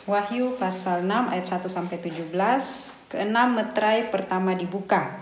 Wahyu pasal 6 ayat 1-17. Keenam meterai pertama dibuka.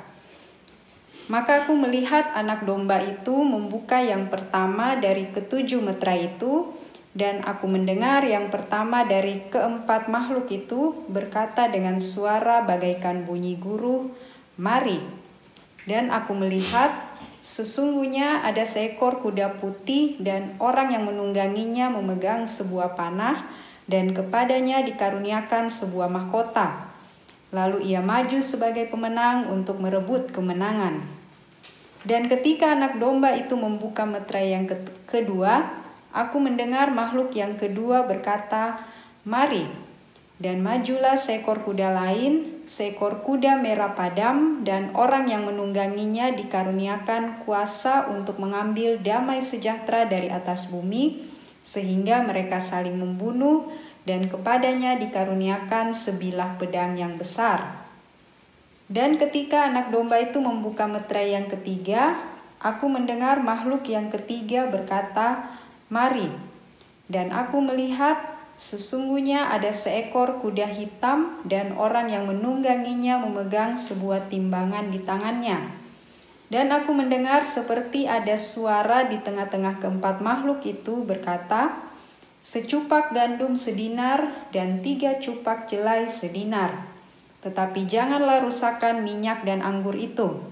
Maka aku melihat anak domba itu membuka yang pertama dari ketujuh meterai itu, dan aku mendengar yang pertama dari keempat makhluk itu berkata dengan suara bagaikan bunyi guruh, "Mari." Dan aku melihat sesungguhnya ada seekor kuda putih dan orang yang menungganginya memegang sebuah panah, dan kepadanya dikaruniakan sebuah mahkota. Lalu ia maju sebagai pemenang untuk merebut kemenangan. Dan ketika anak domba itu membuka meterai yang kedua, aku mendengar makhluk yang kedua berkata, "Mari." Dan majulah seekor kuda lain, seekor kuda merah padam, dan orang yang menungganginya dikaruniakan kuasa untuk mengambil damai sejahtera dari atas bumi, sehingga mereka saling membunuh, dan kepadanya dikaruniakan sebilah pedang yang besar. Dan ketika anak domba itu membuka meterai yang ketiga, aku mendengar makhluk yang ketiga berkata, "Mari." Dan aku melihat sesungguhnya ada seekor kuda hitam dan orang yang menungganginya memegang sebuah timbangan di tangannya. Dan aku mendengar seperti ada suara di tengah-tengah keempat makhluk itu berkata, "Secupak gandum sedinar dan 3 cupak jelai sedinar. Tetapi janganlah rusakkan minyak dan anggur itu."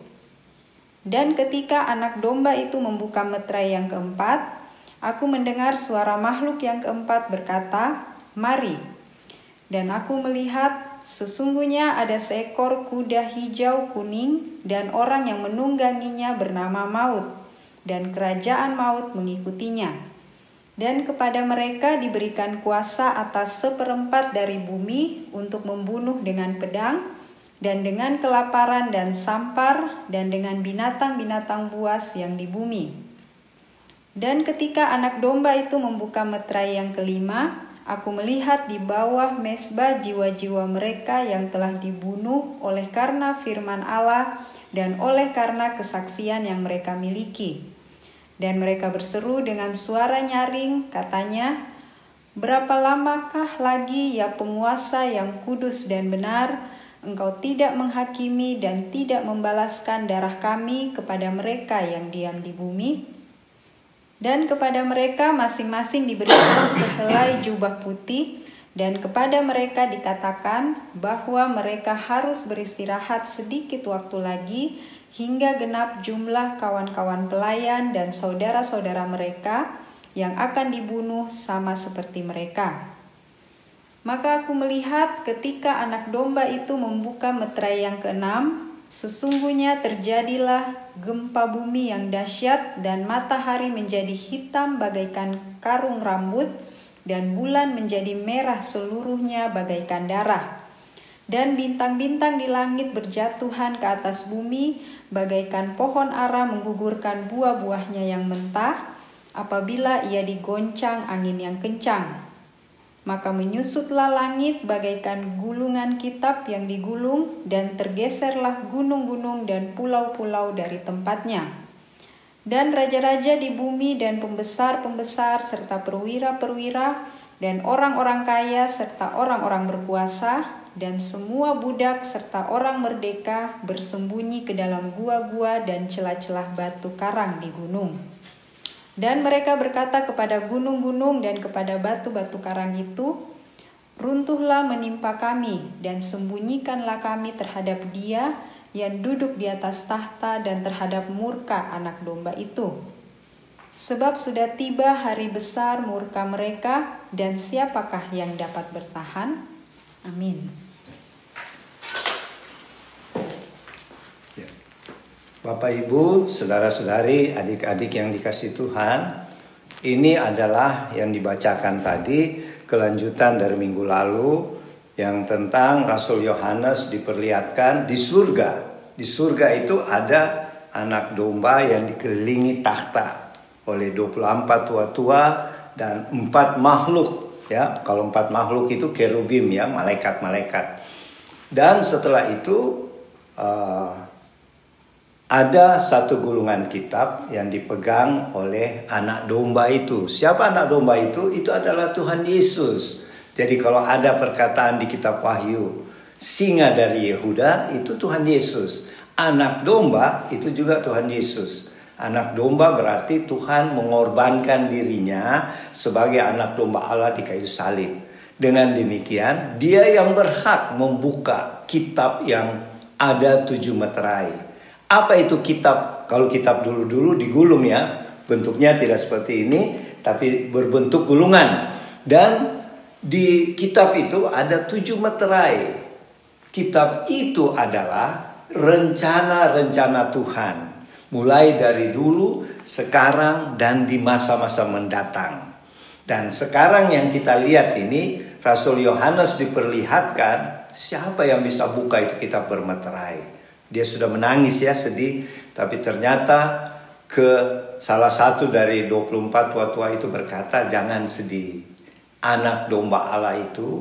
Dan ketika anak domba itu membuka meterai yang keempat, aku mendengar suara makhluk yang keempat berkata, "Mari." Dan aku melihat sesungguhnya ada seekor kuda hijau kuning dan orang yang menungganginya bernama Maut, dan kerajaan maut mengikutinya. Dan kepada mereka diberikan kuasa atas 1/4 dari bumi untuk membunuh dengan pedang, dan dengan kelaparan dan sampar, dan dengan binatang-binatang buas yang di bumi. Dan ketika anak domba itu membuka meterai yang kelima, aku melihat di bawah mezbah jiwa-jiwa mereka yang telah dibunuh oleh karena firman Allah dan oleh karena kesaksian yang mereka miliki. Dan mereka berseru dengan suara nyaring, katanya, "Berapa lamakah lagi ya penguasa yang kudus dan benar, engkau tidak menghakimi dan tidak membalaskan darah kami kepada mereka yang diam di bumi?" Dan kepada mereka masing-masing diberikan sehelai jubah putih, dan kepada mereka dikatakan bahwa mereka harus beristirahat sedikit waktu lagi, hingga genap jumlah kawan-kawan pelayan dan saudara-saudara mereka yang akan dibunuh sama seperti mereka. Maka aku melihat ketika anak domba itu membuka meterai yang keenam, sesungguhnya terjadilah gempa bumi yang dahsyat, dan matahari menjadi hitam bagaikan karung rambut, dan bulan menjadi merah seluruhnya bagaikan darah. Dan bintang-bintang di langit berjatuhan ke atas bumi, bagaikan pohon ara menggugurkan buah-buahnya yang mentah, apabila ia digoncang angin yang kencang. Maka menyusutlah langit bagaikan gulungan kitab yang digulung, dan tergeserlah gunung-gunung dan pulau-pulau dari tempatnya. Dan raja-raja di bumi dan pembesar-pembesar serta perwira-perwira dan orang-orang kaya serta orang-orang berkuasa dan semua budak serta orang merdeka bersembunyi ke dalam gua-gua dan celah-celah batu karang di gunung. Dan mereka berkata kepada gunung-gunung dan kepada batu-batu karang itu, "Runtuhlah menimpa kami, dan sembunyikanlah kami terhadap Dia yang duduk di atas tahta dan terhadap murka anak domba itu. Sebab sudah tiba hari besar murka mereka, dan siapakah yang dapat bertahan?" Amin. Bapak, Ibu, saudara-saudari, adik-adik yang dikasihi Tuhan, ini adalah yang dibacakan tadi, kelanjutan dari minggu lalu, yang tentang Rasul Yohanes diperlihatkan di surga. Di surga itu ada anak domba yang dikelilingi takhta oleh 24 tua-tua dan 4 makhluk. Ya, kalau 4 makhluk itu kerubim, ya, malaikat-malaikat. Dan setelah itu ada satu gulungan kitab yang dipegang oleh anak domba itu. Siapa anak domba itu? Itu adalah Tuhan Yesus. Jadi kalau ada perkataan di kitab Wahyu, singa dari Yehuda itu Tuhan Yesus. Anak domba itu juga Tuhan Yesus. Anak domba berarti Tuhan mengorbankan dirinya sebagai anak domba Allah di kayu salib. Dengan demikian, dia yang berhak membuka kitab yang ada 7 meterai. Apa itu kitab? Kalau kitab dulu-dulu digulung ya. Bentuknya tidak seperti ini, tapi berbentuk gulungan. Dan di kitab itu ada 7 meterai. Kitab itu adalah rencana-rencana Tuhan. Mulai dari dulu, sekarang, dan di masa-masa mendatang. Dan sekarang yang kita lihat ini, Rasul Yohanes diperlihatkan siapa yang bisa buka itu kitab bermeterai. Dia sudah menangis ya, sedih. Tapi ternyata salah satu dari 24 tua-tua itu berkata, jangan sedih. Anak domba Allah itu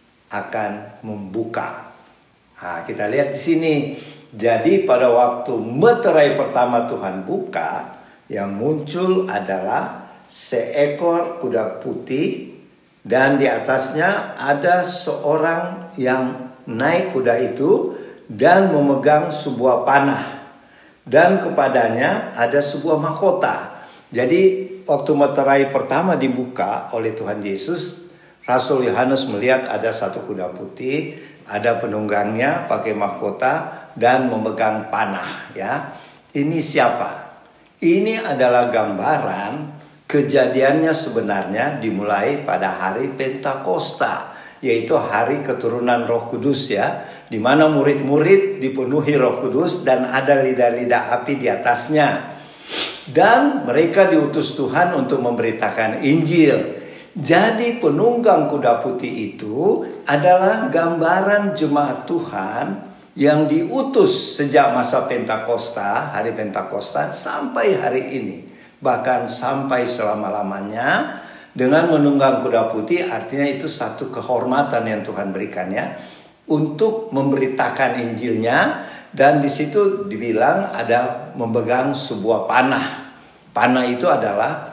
akan membuka. Nah, kita lihat di sini. Jadi pada waktu meterai pertama Tuhan buka, yang muncul adalah seekor kuda putih, dan di atasnya ada seorang yang naik kuda itu dan memegang sebuah panah, dan kepadanya ada sebuah mahkota. Jadi waktu meterai pertama dibuka oleh Tuhan Yesus, Rasul Yohanes melihat ada satu kuda putih, ada penunggangnya pakai mahkota dan memegang panah ya. Ini siapa? Ini adalah gambaran kejadiannya sebenarnya dimulai pada hari Pentakosta, yaitu hari keturunan Roh Kudus ya, di mana murid-murid dipenuhi Roh Kudus dan ada lidah-lidah api di atasnya. Dan mereka diutus Tuhan untuk memberitakan Injil. Jadi penunggang kuda putih itu adalah gambaran jemaat Tuhan yang diutus sejak masa Pentakosta, hari Pentakosta sampai hari ini. Bahkan sampai selama-lamanya dengan menunggang kuda putih, artinya itu satu kehormatan yang Tuhan berikan ya, untuk memberitakan Injilnya. Dan di situ dibilang ada memegang sebuah panah. Panah itu adalah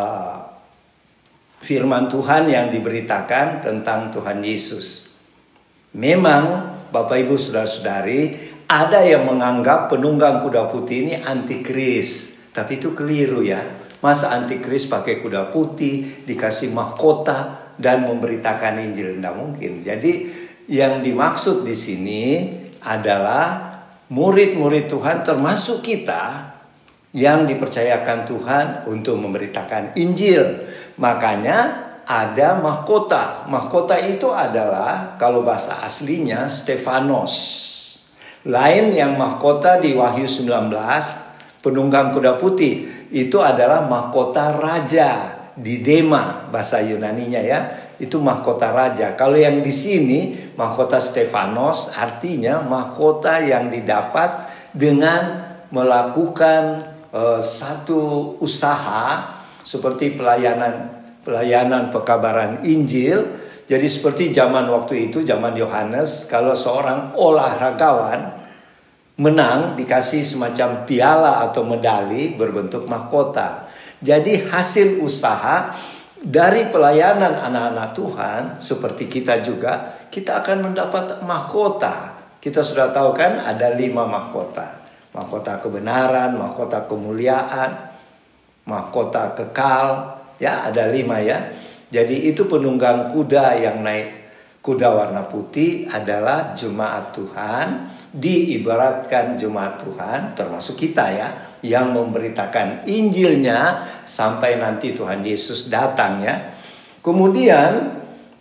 firman Tuhan yang diberitakan tentang Tuhan Yesus. Memang Bapak Ibu Saudara-saudari, ada yang menganggap penunggang kuda putih ini antikris. Tapi itu keliru ya. Masa antikris pakai kuda putih, dikasih mahkota dan memberitakan Injil? Tidak mungkin. Jadi yang dimaksud di sini adalah murid-murid Tuhan, termasuk kita yang dipercayakan Tuhan untuk memberitakan Injil. Makanya ada mahkota. Mahkota itu adalah, kalau bahasa aslinya, Stefanos. Lain yang mahkota di Wahyu 19, penunggang kuda putih, itu adalah mahkota raja. Didema bahasa Yunaninya ya, itu mahkota raja. Kalau yang di sini mahkota Stefanos artinya mahkota yang didapat dengan melakukan satu usaha seperti pelayanan pekabaran Injil. Jadi seperti zaman waktu itu, zaman Yohanes, kalau seorang olahragawan menang dikasih semacam piala atau medali berbentuk mahkota. Jadi hasil usaha dari pelayanan anak-anak Tuhan seperti kita juga, kita akan mendapat mahkota. Kita sudah tahu kan ada 5 mahkota. Mahkota kebenaran, mahkota kemuliaan, mahkota kekal, ya ada 5 ya. Jadi itu penunggang kuda yang naik kuda warna putih adalah jemaat Tuhan. Diibaratkan jemaat Tuhan termasuk kita ya, yang memberitakan Injilnya sampai nanti Tuhan Yesus datang ya. Kemudian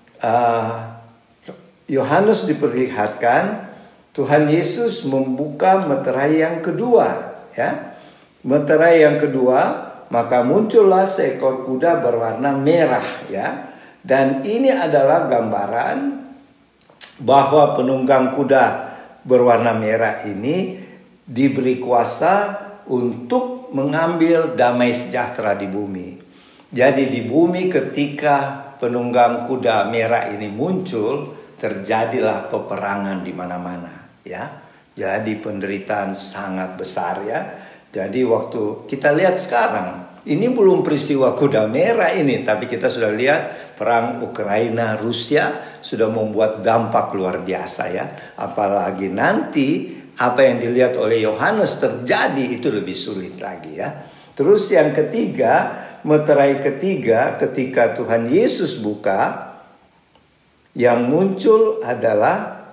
Yohanes diperlihatkan Tuhan Yesus membuka meterai yang kedua ya. Meterai yang kedua, maka muncullah seekor kuda berwarna merah ya. Dan ini adalah gambaran bahwa penunggang kuda berwarna merah ini diberi kuasa untuk mengambil damai sejahtera di bumi. Jadi di bumi ketika penunggang kuda merah ini muncul, terjadilah peperangan di mana-mana ya. Jadi penderitaan sangat besar ya. Jadi waktu kita lihat sekarang, Ini belum peristiwa kuda merah ini, tapi kita sudah lihat perang Ukraina Rusia sudah membuat dampak luar biasa ya. Apalagi nanti apa yang dilihat oleh Yohanes terjadi itu lebih sulit lagi ya. Terus yang ketiga, meterai ketiga ketika Tuhan Yesus buka, yang muncul adalah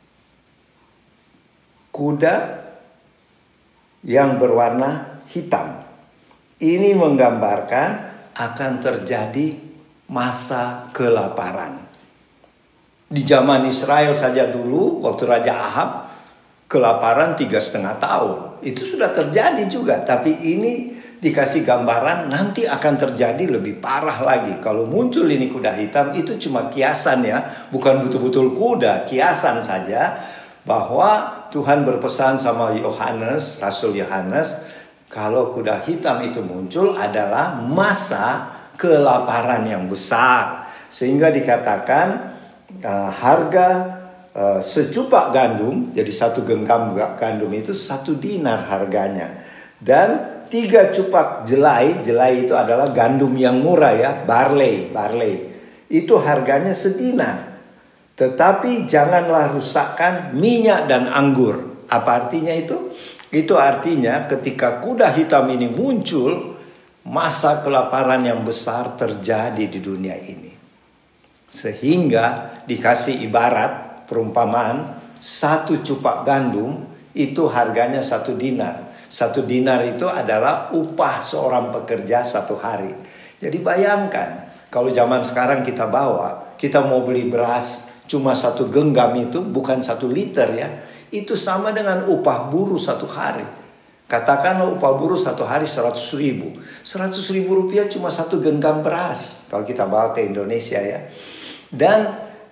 kuda yang berwarna hitam. Ini menggambarkan akan terjadi masa kelaparan. Di zaman Israel saja dulu, waktu Raja Ahab, kelaparan 3,5 tahun. Itu sudah terjadi juga, tapi ini dikasih gambaran nanti akan terjadi lebih parah lagi. Kalau muncul ini kuda hitam itu cuma kiasan ya, bukan betul-betul kuda, kiasan saja. Bahwa Tuhan berpesan sama Yohanes, Rasul Yohanes, kalau kuda hitam itu muncul adalah masa kelaparan yang besar. Sehingga dikatakan harga secupak gandum, jadi 1 genggam gandum itu 1 dinar harganya. Dan 3 cupak jelai itu adalah gandum yang murah ya, barley. Itu harganya sedinar. Tetapi janganlah rusakkan minyak dan anggur. Apa artinya itu? Itu artinya ketika kuda hitam ini muncul, masa kelaparan yang besar terjadi di dunia ini. Sehingga dikasih ibarat, perumpamaan, 1 cupak gandum itu harganya 1 dinar. 1 dinar itu adalah upah seorang pekerja 1 hari. Jadi bayangkan, kalau zaman sekarang kita mau beli beras cuma 1 genggam itu, bukan 1 liter ya. Itu sama dengan upah buruh 1 hari. Katakanlah upah buruh 1 hari 100.000. 100.000 rupiah cuma 1 genggam beras. Kalau kita bawa ke Indonesia ya. Dan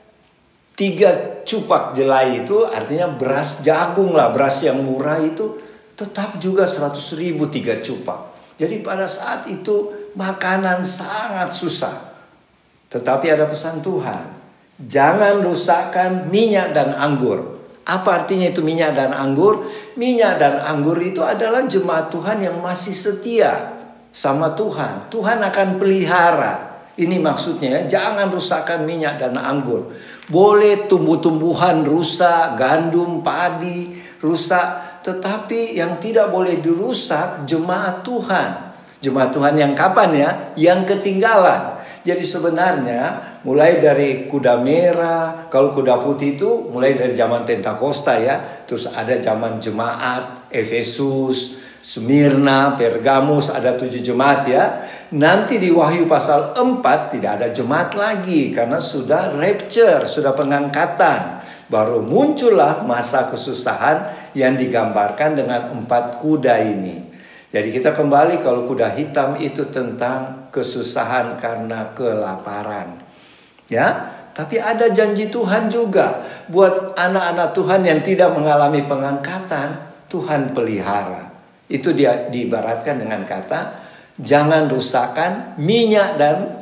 3 cupak jelai itu artinya beras jagung lah. Beras yang murah itu tetap juga 100.000 3 cupak. Jadi pada saat itu makanan sangat susah. Tetapi ada pesan Tuhan. Jangan rusakkan minyak dan anggur. Apa artinya itu minyak dan anggur? Minyak dan anggur itu adalah jemaat Tuhan yang masih setia sama Tuhan. Tuhan akan pelihara. Ini maksudnya, jangan rusakkan minyak dan anggur. Boleh tumbuh-tumbuhan rusak, gandum, padi rusak, tetapi yang tidak boleh dirusak jemaat Tuhan. Jemaat Tuhan yang kapan ya? Yang ketinggalan. Jadi sebenarnya mulai dari kuda merah, kalau kuda putih itu mulai dari zaman Pentakosta ya. Terus ada zaman jemaat, Efesus, Smyrna, Pergamus, ada 7 jemaat ya. Nanti di Wahyu pasal 4 tidak ada jemaat lagi karena sudah rapture, sudah pengangkatan. Baru muncullah masa kesusahan yang digambarkan dengan 4 kuda ini. Jadi kita kembali kalau kuda hitam itu tentang kesusahan karena kelaparan. Ya, tapi ada janji Tuhan juga buat anak-anak Tuhan yang tidak mengalami pengangkatan, Tuhan pelihara. Itu dia diibaratkan dengan kata jangan rusakkan minyak dan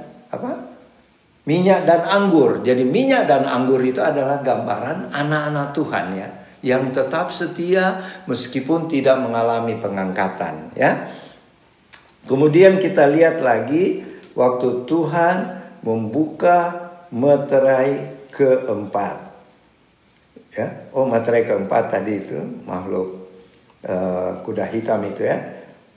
minyak dan anggur. Jadi minyak dan anggur itu adalah gambaran anak-anak Tuhan ya, yang tetap setia meskipun tidak mengalami pengangkatan ya. Kemudian kita lihat lagi waktu Tuhan membuka meterai keempat ya. Meterai keempat tadi itu makhluk kuda hitam itu ya.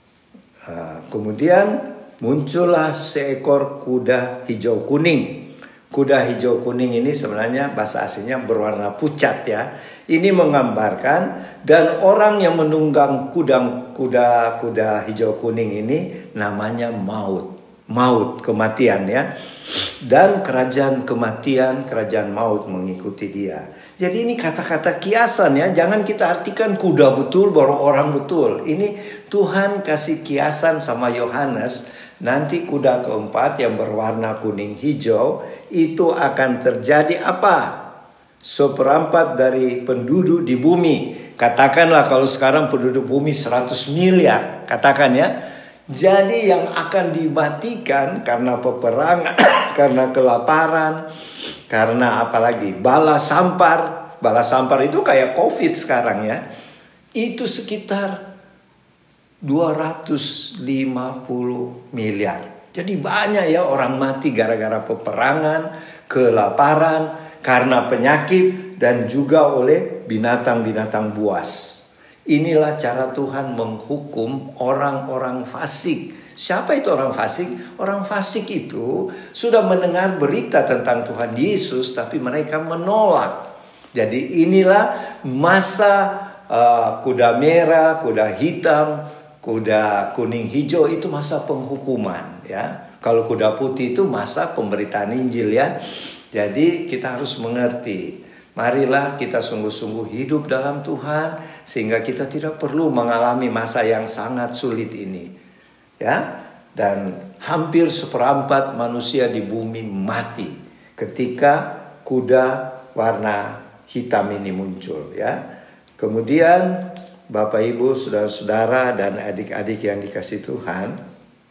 Kemudian muncullah seekor kuda hijau kuning. Kuda hijau kuning ini sebenarnya bahasa aslinya berwarna pucat ya. Ini menggambarkan dan orang yang menunggang kuda hijau kuning ini namanya maut, kematian ya. Dan kerajaan kematian, kerajaan maut mengikuti dia. Jadi ini kata-kata kiasan ya. Jangan kita artikan kuda betul baru orang betul. Ini Tuhan kasih kiasan sama Yohanes. Nanti kuda keempat yang berwarna kuning hijau itu akan terjadi apa? 1/4 dari penduduk di bumi. Katakanlah kalau sekarang penduduk bumi 100 miliar. Katakan ya. Jadi yang akan dimatikan karena peperangan, karena kelaparan, karena apalagi bala sampar. Bala sampar itu kayak COVID sekarang ya. Itu sekitar 250 miliar. Jadi banyak ya orang mati gara-gara peperangan, kelaparan, karena penyakit, dan juga oleh binatang-binatang buas. Inilah cara Tuhan menghukum orang-orang fasik. Siapa itu orang fasik? Orang fasik itu sudah mendengar berita tentang Tuhan Yesus, tapi mereka menolak. Jadi inilah masa kuda merah, kuda hitam, kuda kuning hijau itu masa penghukuman ya. Kalau kuda putih itu masa pemberitaan Injil ya. Jadi kita harus mengerti. Marilah kita sungguh-sungguh hidup dalam Tuhan sehingga kita tidak perlu mengalami masa yang sangat sulit ini. Ya. Dan hampir seperempat manusia di bumi mati ketika kuda warna hitam ini muncul ya. Kemudian Bapak Ibu, saudara-saudara dan adik-adik yang dikasihi Tuhan,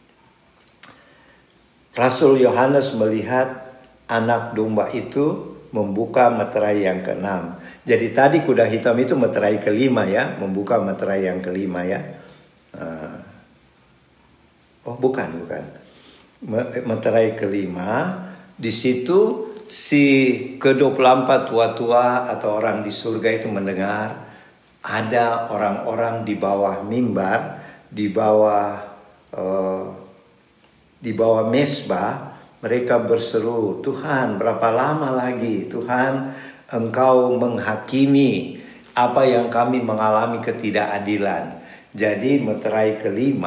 Rasul Yohanes melihat anak domba itu membuka meterai yang ke-6. Jadi tadi kuda hitam itu meterai ke-5 ya, membuka meterai yang ke-5 ya. Bukan. Meterai ke-5. Di situ si ke-24 tua-tua atau orang di surga itu mendengar ada orang-orang di bawah mimbar, di bawah mesbah, mereka berseru, Tuhan berapa lama lagi Tuhan Engkau menghakimi apa yang kami mengalami ketidakadilan. Jadi meterai ke-5,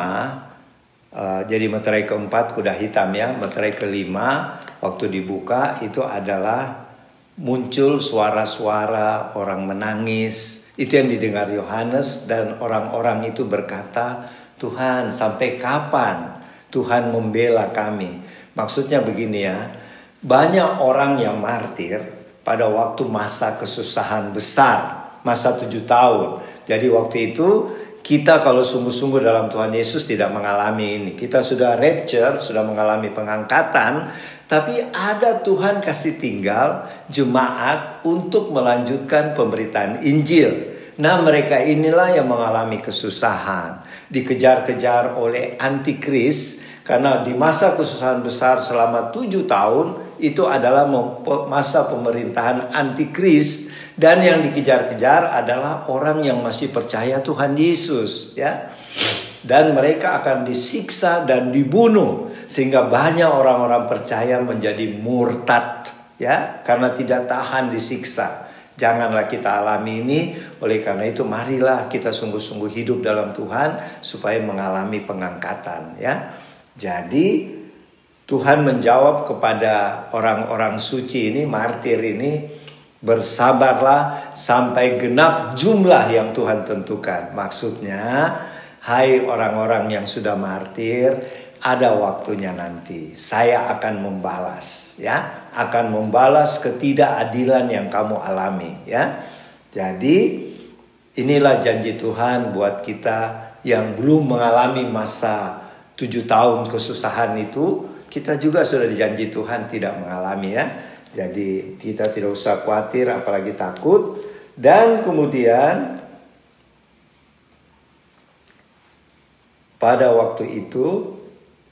jadi meterai ke-4 kuda hitam ya, meterai ke-5 waktu dibuka itu adalah muncul suara-suara orang menangis. Itu yang didengar Yohanes, dan orang-orang itu berkata, Tuhan sampai kapan Tuhan membela kami? Maksudnya begini ya, banyak orang yang martir pada waktu masa kesusahan besar, masa 7 tahun. Jadi waktu itu kita kalau sungguh-sungguh dalam Tuhan Yesus tidak mengalami ini. Kita sudah rapture, sudah mengalami pengangkatan, tapi ada Tuhan kasih tinggal jemaat untuk melanjutkan pemberitaan Injil. Nah mereka inilah yang mengalami kesusahan, dikejar-kejar oleh antikris, karena di masa kesusahan besar selama 7 tahun itu adalah masa pemerintahan antikris, dan yang dikejar-kejar adalah orang yang masih percaya Tuhan Yesus ya. Dan mereka akan disiksa dan dibunuh sehingga banyak orang-orang percaya menjadi murtad ya, karena tidak tahan disiksa. Janganlah kita alami ini. Oleh karena itu marilah kita sungguh-sungguh hidup dalam Tuhan supaya mengalami pengangkatan ya. Jadi Tuhan menjawab kepada orang-orang suci ini, martir ini, bersabarlah sampai genap jumlah yang Tuhan tentukan. Maksudnya, hai orang-orang yang sudah martir, ada waktunya nanti. Saya akan membalas, ya, akan membalas ketidakadilan yang kamu alami, ya. Jadi inilah janji Tuhan buat kita yang belum mengalami masa 7 tahun kesusahan itu. Kita juga sudah dijanji Tuhan tidak mengalami, ya. Jadi kita tidak usah khawatir apalagi takut. Dan kemudian pada waktu itu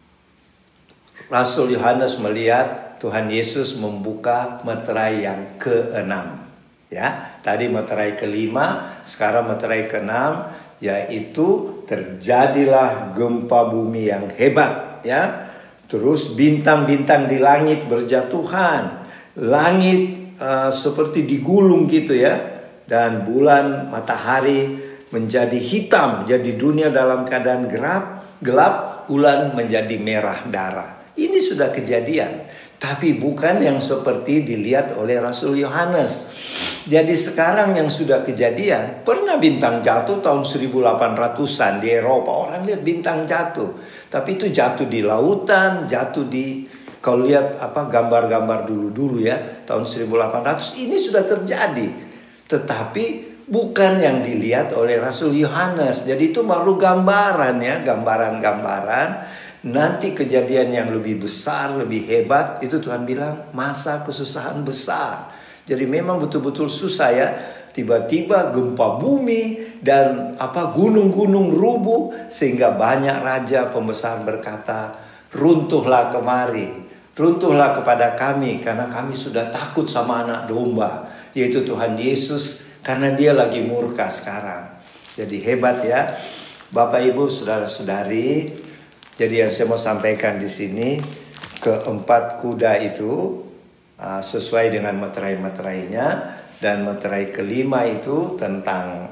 Rasul Yohanes melihat Tuhan Yesus membuka meterai yang ke-6. Ya, tadi meterai ke-5, sekarang meterai ke-6, yaitu terjadilah gempa bumi yang hebat, ya. Terus bintang-bintang di langit berjatuhan, langit seperti digulung gitu ya, dan bulan matahari menjadi hitam, jadi dunia dalam keadaan gelap, bulan menjadi merah darah. Ini sudah kejadian, tapi bukan yang seperti dilihat oleh Rasul Yohanes. Jadi sekarang yang sudah kejadian, pernah bintang jatuh tahun 1800-an di Eropa. Orang lihat bintang jatuh, tapi itu jatuh di lautan, jatuh di, kalau lihat gambar-gambar dulu-dulu ya, tahun 1800, ini sudah terjadi. Tetapi bukan yang dilihat oleh Rasul Yohanes. Jadi itu baru gambaran ya, gambaran-gambaran. Nanti kejadian yang lebih besar, lebih hebat, itu Tuhan bilang masa kesusahan besar. Jadi memang betul-betul susah ya. Tiba-tiba gempa bumi dan gunung-gunung rubuh sehingga banyak raja pembesar berkata, runtuhlah kemari, runtuhlah kepada kami karena kami sudah takut sama anak domba, yaitu Tuhan Yesus, karena dia lagi murka sekarang. Jadi hebat ya, Bapak Ibu, saudara-saudari. Jadi yang saya mau sampaikan di sini, keempat kuda itu sesuai dengan meterai-meterainya. Dan meterai kelima itu tentang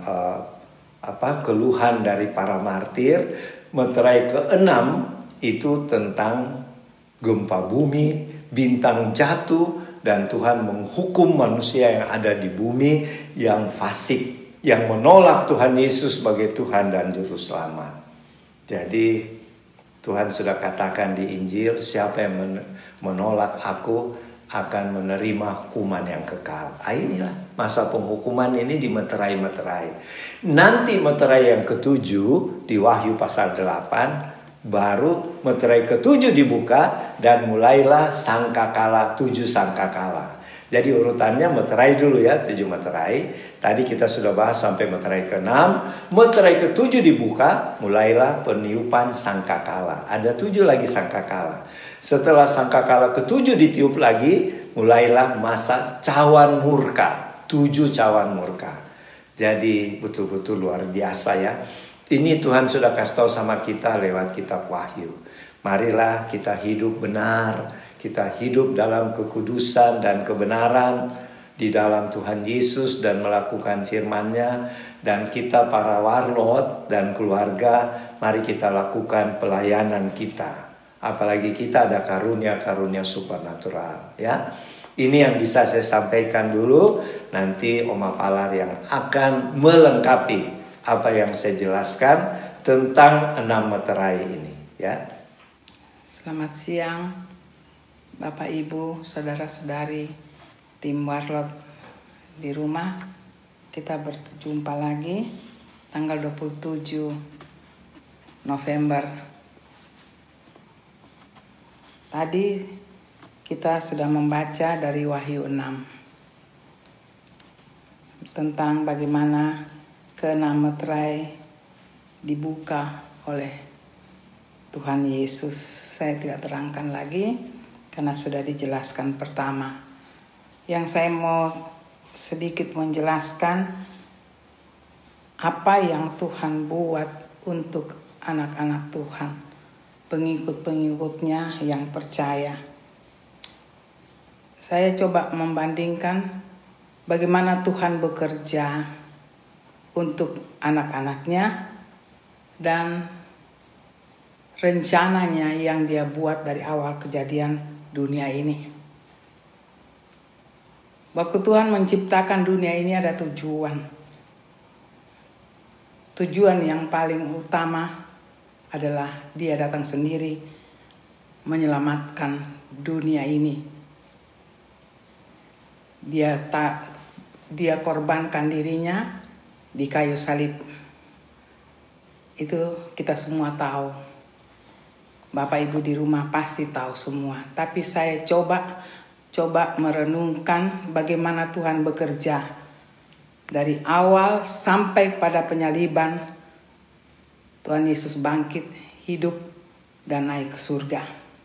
keluhan dari para martir. Meterai keenam itu tentang gempa bumi, bintang jatuh, dan Tuhan menghukum manusia yang ada di bumi yang fasik, yang menolak Tuhan Yesus sebagai Tuhan dan Juru Selamat. Jadi Tuhan sudah katakan di Injil, siapa yang menolak aku akan menerima hukuman yang kekal. Inilah masa penghukuman ini di meterai-meterai. Nanti meterai yang ketujuh di Wahyu pasal 8, baru meterai ketujuh dibuka dan mulailah sangkakala, 7 sangkakala. Jadi urutannya meterai dulu ya, 7 meterai. Tadi kita sudah bahas sampai meterai ke-6. Meterai ke-7 dibuka, mulailah peniupan sangkakala. Ada 7 lagi sangkakala. Setelah sangkakala ke-7 ditiup lagi, mulailah masa cawan murka. 7 cawan murka. Jadi betul-betul luar biasa ya. Ini Tuhan sudah kasih tahu sama kita lewat kitab Wahyu. Marilah kita hidup benar, kita hidup dalam kekudusan dan kebenaran di dalam Tuhan Yesus dan melakukan firman-Nya. Dan kita para warlot dan keluarga, mari kita lakukan pelayanan kita. Apalagi kita ada karunia-karunia supernatural ya. Ini yang bisa saya sampaikan dulu. Nanti Oma Palar yang akan melengkapi apa yang saya jelaskan tentang 6 meterai ini ya. Selamat siang Bapak Ibu, saudara-saudari, tim warlot di rumah. Kita berjumpa lagi tanggal 27 November. Tadi kita sudah membaca dari Wahyu 6 tentang bagaimana ke-6 meterai dibuka oleh Tuhan Yesus. Saya tidak terangkan lagi karena sudah dijelaskan pertama. Yang saya mau sedikit menjelaskan apa yang Tuhan buat untuk anak-anak Tuhan, pengikut-pengikutnya yang percaya. Saya coba membandingkan bagaimana Tuhan bekerja untuk anak-anaknya dan rencananya yang Dia buat dari awal kejadian dunia ini. Waktu Tuhan menciptakan dunia ini ada tujuan. Tujuan yang paling utama adalah Dia datang sendiri menyelamatkan dunia ini. Dia korbankan dirinya di kayu salib. Itu kita semua tahu. Bapak Ibu di rumah pasti tahu semua. Tapi saya coba merenungkan bagaimana Tuhan bekerja dari awal sampai pada penyaliban. Tuhan Yesus bangkit, hidup, dan naik ke surga.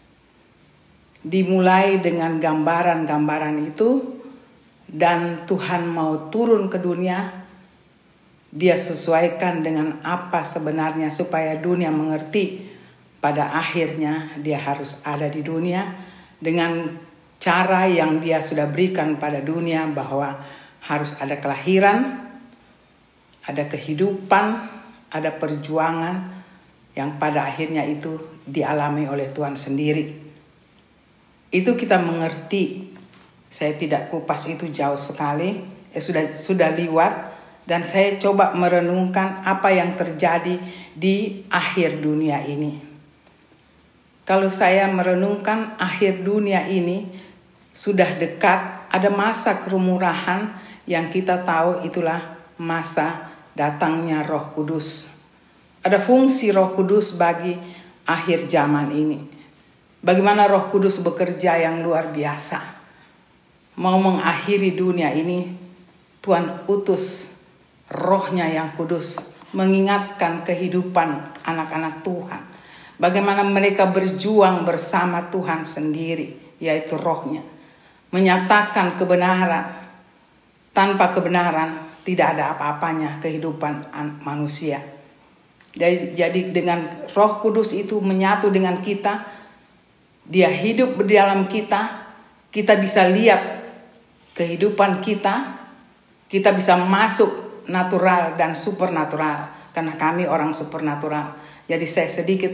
Dimulai dengan gambaran-gambaran itu, dan Tuhan mau turun ke dunia. Dia sesuaikan dengan apa sebenarnya supaya dunia mengerti. Pada akhirnya dia harus ada di dunia dengan cara yang Dia sudah berikan pada dunia, bahwa harus ada kelahiran, ada kehidupan, ada perjuangan yang pada akhirnya itu dialami oleh Tuhan sendiri. Itu kita mengerti. Saya tidak kupas itu jauh sekali, sudah liwat, dan saya coba merenungkan apa yang terjadi di akhir dunia ini. Kalau saya merenungkan akhir dunia ini sudah dekat, ada masa kerumurahan yang kita tahu itulah masa datangnya Roh Kudus. Ada fungsi Roh Kudus bagi akhir zaman ini. Bagaimana Roh Kudus bekerja yang luar biasa. mau mengakhiri dunia ini, Tuhan utus Roh-Nya yang kudus mengingatkan kehidupan anak-anak Tuhan. Bagaimana mereka berjuang bersama Tuhan sendiri, yaitu Roh-Nya. Menyatakan kebenaran. Tanpa kebenaran tidak ada apa-apanya kehidupan manusia. Jadi dengan Roh Kudus itu menyatu dengan kita, Dia hidup di dalam kita, kita bisa lihat kehidupan kita bisa masuk natural dan supernatural, karena kami orang supernatural. Jadi saya sedikit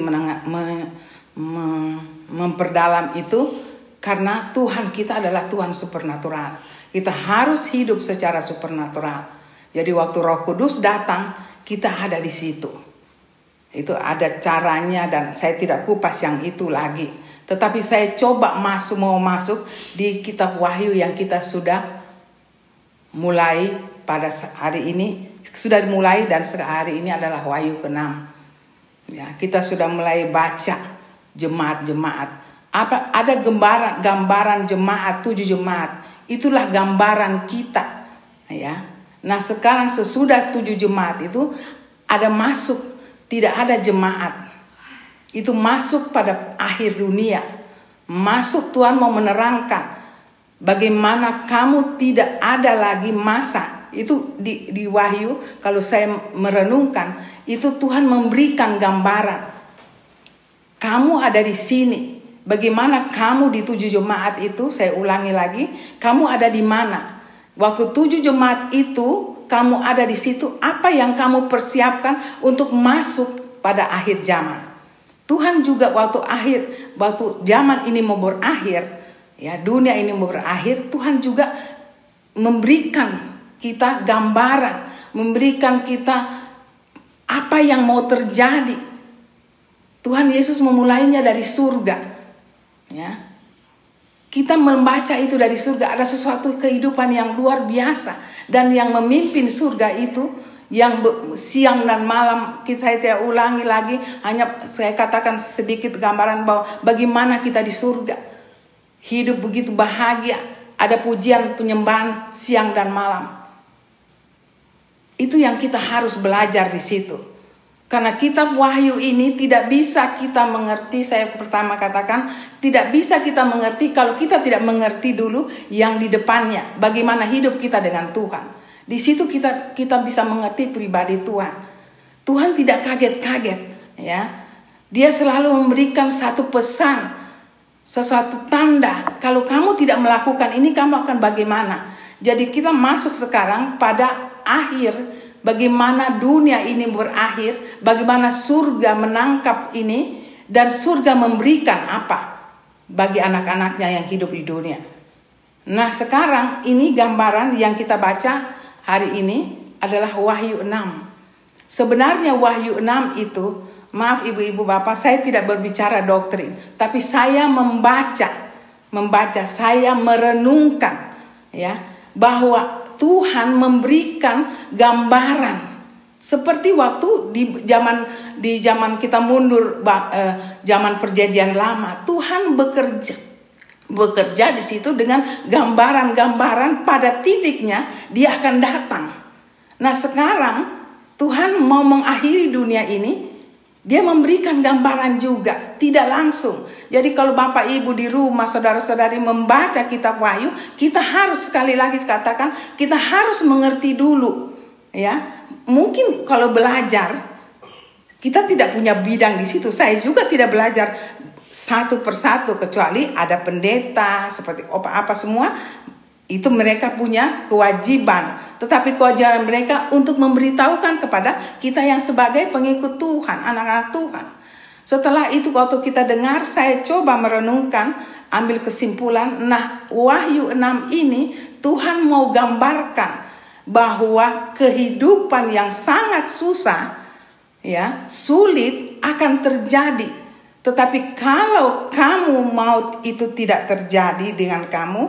memperdalam itu, karena Tuhan kita adalah Tuhan supernatural. Kita harus hidup secara supernatural. Jadi waktu Roh Kudus datang, kita ada di situ. Itu ada caranya dan saya tidak kupas yang itu lagi. Tetapi saya coba mau masuk di kitab Wahyu yang kita sudah mulai pada hari ini. Sudah mulai dan hari ini adalah Wahyu ke-6. Ya, kita sudah mulai baca jemaat-jemaat. Ada gambaran jemaat, 7 jemaat. Itulah gambaran kita, ya. Nah sekarang sesudah 7 jemaat itu ada masuk, tidak ada jemaat. Itu masuk pada akhir dunia. Masuk, Tuhan mau menerangkan bagaimana kamu tidak ada lagi masa. Itu di Wahyu, kalau saya merenungkan, itu Tuhan memberikan gambaran. Kamu ada di sini. Bagaimana kamu di 7 jemaat itu, saya ulangi lagi, kamu ada di mana? Waktu 7 jemaat itu, kamu ada di situ, apa yang kamu persiapkan untuk masuk pada akhir zaman? Tuhan juga waktu zaman ini mau berakhir, ya dunia ini mau berakhir, Tuhan juga memberikan kita gambaran, memberikan kita apa yang mau terjadi. Tuhan Yesus memulainya dari surga. Ya, kita membaca itu dari surga, ada sesuatu kehidupan yang luar biasa, dan yang memimpin surga itu yang siang dan malam. Saya tidak ulangi lagi, hanya saya katakan sedikit gambaran bahwa bagaimana kita di surga hidup begitu bahagia, ada pujian penyembahan siang dan malam. Itu yang kita harus belajar di situ. Karena kitab Wahyu ini tidak bisa kita mengerti, saya pertama katakan, tidak bisa kita mengerti kalau kita tidak mengerti dulu yang di depannya. Bagaimana hidup kita dengan Tuhan. Di situ kita bisa mengerti pribadi Tuhan. Tuhan tidak kaget-kaget, ya. Dia selalu memberikan satu pesan, sesuatu tanda. Kalau kamu tidak melakukan ini, kamu akan bagaimana? Jadi kita masuk sekarang pada akhir. Bagaimana dunia ini berakhir, bagaimana surga menangkap ini, dan surga memberikan apa bagi anak-anaknya yang hidup di dunia. Nah sekarang ini gambaran yang kita baca hari ini adalah Wahyu 6. Sebenarnya Wahyu 6 itu, maaf ibu-ibu bapak, saya tidak berbicara doktrin, tapi saya membaca, saya merenungkan, ya, bahwa Tuhan memberikan gambaran seperti waktu di zaman kita mundur, zaman perjanjian lama. Tuhan bekerja di situ dengan gambaran-gambaran, pada titiknya dia akan datang. Nah sekarang Tuhan mau mengakhiri dunia ini, dia memberikan gambaran juga, tidak langsung. Jadi kalau Bapak Ibu di rumah, saudara-saudari membaca kitab Wahyu, kita harus, sekali lagi katakan, kita harus mengerti dulu, ya. Mungkin kalau belajar, kita tidak punya bidang di situ. Saya juga tidak belajar satu persatu, kecuali ada pendeta seperti apa semua. Itu mereka punya kewajiban. Tetapi kewajiban mereka untuk memberitahukan kepada kita yang sebagai pengikut Tuhan, anak-anak Tuhan. Setelah itu waktu kita dengar, saya coba merenungkan, ambil kesimpulan. Nah Wahyu 6 ini Tuhan mau gambarkan bahwa kehidupan yang sangat susah, ya, sulit akan terjadi. Tetapi kalau kamu mau itu tidak terjadi dengan kamu,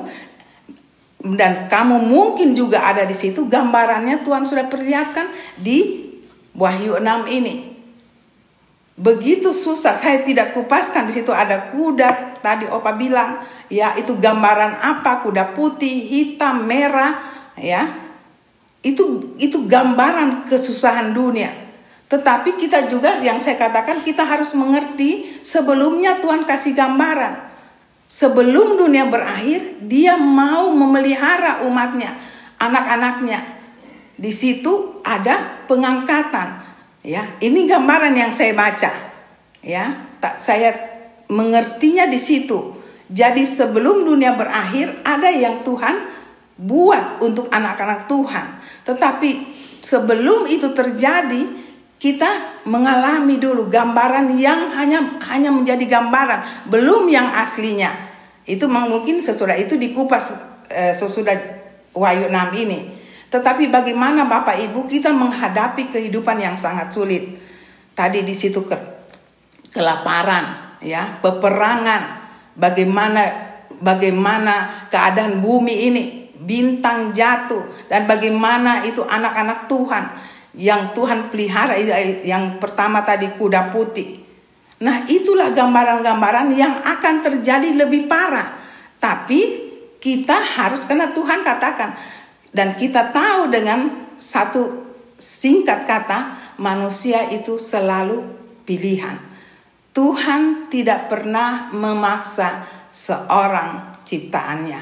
dan kamu mungkin juga ada di situ, gambarannya Tuhan sudah perlihatkan di Wahyu 6 ini. begitu susah. Saya tidak kupaskan, di situ ada kuda. Tadi Opa bilang, ya itu gambaran apa? Kuda putih, hitam, merah, ya. Itu gambaran kesusahan dunia. Tetapi kita juga, yang saya katakan, kita harus mengerti sebelumnya Tuhan kasih gambaran. Sebelum dunia berakhir, Dia mau memelihara umatnya, anak-anaknya. Di situ ada pengangkatan. Ya, ini gambaran yang saya baca. Ya, saya mengertinya di situ. Jadi sebelum dunia berakhir, ada yang Tuhan buat untuk anak-anak Tuhan. Tetapi sebelum itu terjadi, kita mengalami dulu gambaran yang hanya menjadi gambaran, belum yang aslinya. Itu mungkin sesudah itu dikupas sesudah Wahyu 6 ini. Tetapi bagaimana Bapak Ibu kita menghadapi kehidupan yang sangat sulit. Tadi di situ kelaparan, ya, peperangan, bagaimana keadaan bumi ini, bintang jatuh, dan bagaimana itu anak-anak Tuhan yang Tuhan pelihara. Yang pertama tadi kuda putih. Nah, itulah gambaran-gambaran yang akan terjadi lebih parah. Tapi kita harus, karena Tuhan katakan, dan kita tahu dengan satu singkat kata, manusia itu selalu pilihan. Tuhan tidak pernah memaksa seorang ciptaannya.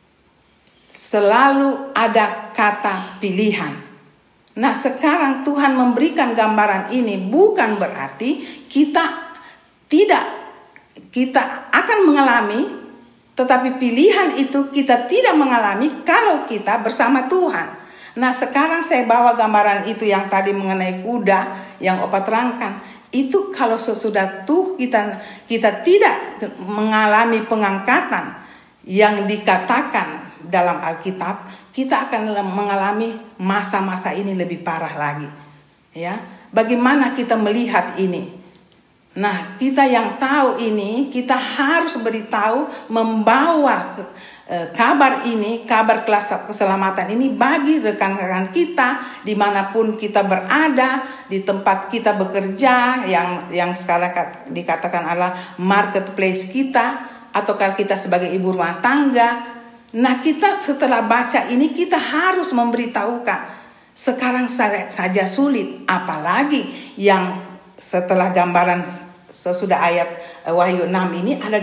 Selalu ada kata pilihan. Nah, sekarang Tuhan memberikan gambaran ini bukan berarti kita akan mengalami, tetapi pilihan itu kita tidak mengalami kalau kita bersama Tuhan. Nah, sekarang saya bawa gambaran itu yang tadi mengenai kuda yang Opa terangkan. Itu kalau sesudah tuh kita tidak mengalami pengangkatan yang dikatakan dalam Alkitab, kita akan mengalami masa-masa ini lebih parah lagi. Ya, bagaimana kita melihat ini? Nah, kita yang tahu ini, kita harus beritahu, membawa kabar ini, kabar keselamatan ini bagi rekan-rekan kita dimanapun kita berada, di tempat kita bekerja, yang sekarang dikatakan adalah marketplace kita, atau kalau kita sebagai ibu rumah tangga. Nah, kita setelah baca ini kita harus memberitahukan. Sekarang saja sulit, apalagi yang setelah gambaran sesudah ayat Wahyu 6 ini ada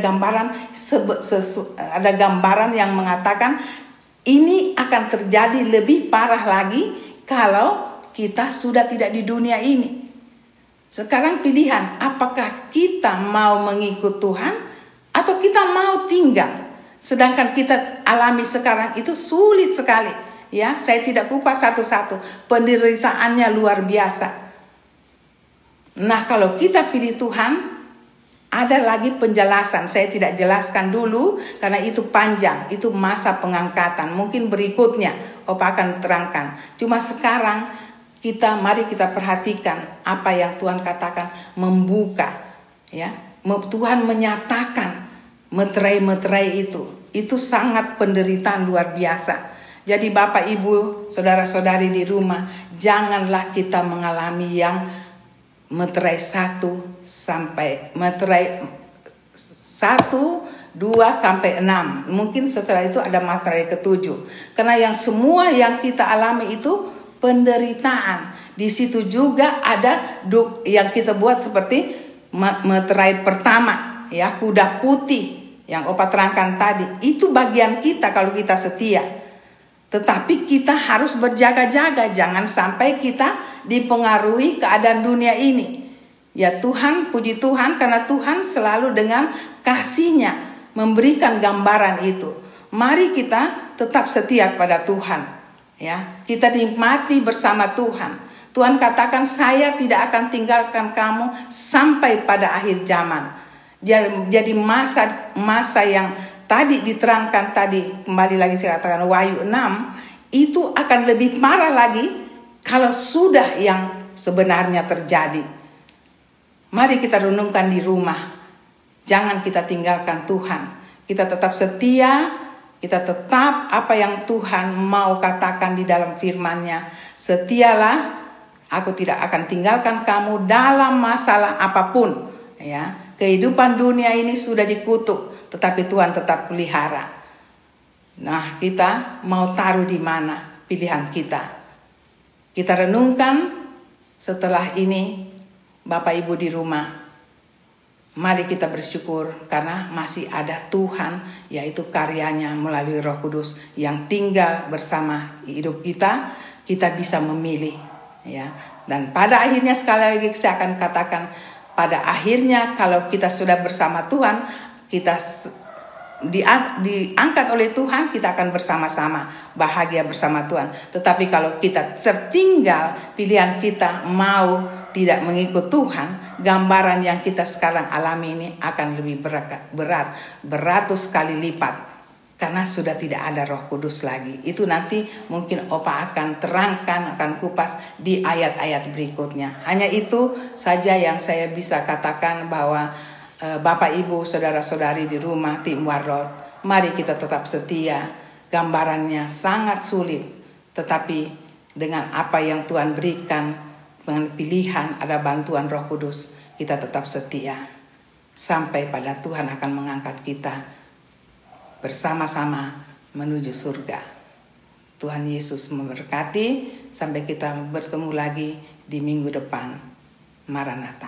gambaran yang mengatakan ini akan terjadi lebih parah lagi kalau kita sudah tidak di dunia ini. Sekarang pilihan, apakah kita mau mengikut Tuhan atau kita mau tinggal? Sedangkan kita alami sekarang itu sulit sekali. Ya, saya tidak kupas satu-satu. Penderitaannya luar biasa. Nah, kalau kita pilih Tuhan, ada lagi penjelasan. Saya tidak jelaskan dulu karena itu panjang. Itu masa pengangkatan. Mungkin berikutnya Opa akan terangkan. Cuma sekarang mari kita perhatikan apa yang Tuhan katakan, membuka. Ya, Tuhan menyatakan meterai-meterai itu sangat penderitaan luar biasa. Jadi Bapak Ibu, saudara-saudari di rumah, janganlah kita mengalami yang meterai 1 sampai 6. Mungkin setelah itu ada meterai ke-7. Karena semua yang kita alami itu penderitaan. Di situ juga ada yang kita buat seperti meterai pertama, ya, kuda putih yang Opa terangkan tadi. Itu bagian kita kalau kita setia. Tetapi kita harus berjaga-jaga, jangan sampai kita dipengaruhi keadaan dunia ini. Ya Tuhan, puji Tuhan, karena Tuhan selalu dengan kasih-Nya memberikan gambaran itu. Mari kita tetap setia pada Tuhan. Ya, kita nikmati bersama Tuhan. Tuhan katakan, saya tidak akan tinggalkan kamu sampai pada akhir zaman. Jadi masa yang tadi diterangkan tadi, kembali lagi saya katakan Wahyu 6, itu akan lebih parah lagi kalau sudah yang sebenarnya terjadi. Mari kita renungkan di rumah. Jangan kita tinggalkan Tuhan. Kita tetap setia, kita tetap apa yang Tuhan mau katakan di dalam firman-Nya. Setialah Aku tidak akan tinggalkan kamu dalam masalah apapun. Ya, kehidupan dunia ini sudah dikutuk, tetapi Tuhan tetap pelihara. Nah, kita mau taruh di mana pilihan kita? Kita renungkan setelah ini, Bapak Ibu di rumah. Mari kita bersyukur karena masih ada Tuhan, yaitu karyanya melalui Roh Kudus yang tinggal bersama hidup kita. Kita bisa memilih, ya. Dan pada akhirnya sekali lagi saya akan katakan, pada akhirnya kalau kita sudah bersama Tuhan, kita diangkat oleh Tuhan, kita akan bersama-sama bahagia bersama Tuhan. Tetapi kalau kita tertinggal, pilihan kita mau tidak mengikut Tuhan, gambaran yang kita sekarang alami ini akan lebih berat beratus kali lipat, karena sudah tidak ada Roh Kudus lagi. Itu nanti mungkin Opa akan terangkan, akan kupas di ayat-ayat berikutnya. Hanya itu saja yang saya bisa katakan, bahwa Bapak Ibu, saudara-saudari di rumah tim Warlot, mari kita tetap setia. Gambarannya sangat sulit, tetapi dengan apa yang Tuhan berikan, dengan pilihan ada bantuan Roh Kudus, kita tetap setia. Sampai pada Tuhan akan mengangkat kita bersama-sama menuju surga. Tuhan Yesus memberkati. Sampai kita bertemu lagi di minggu depan. Maranatha.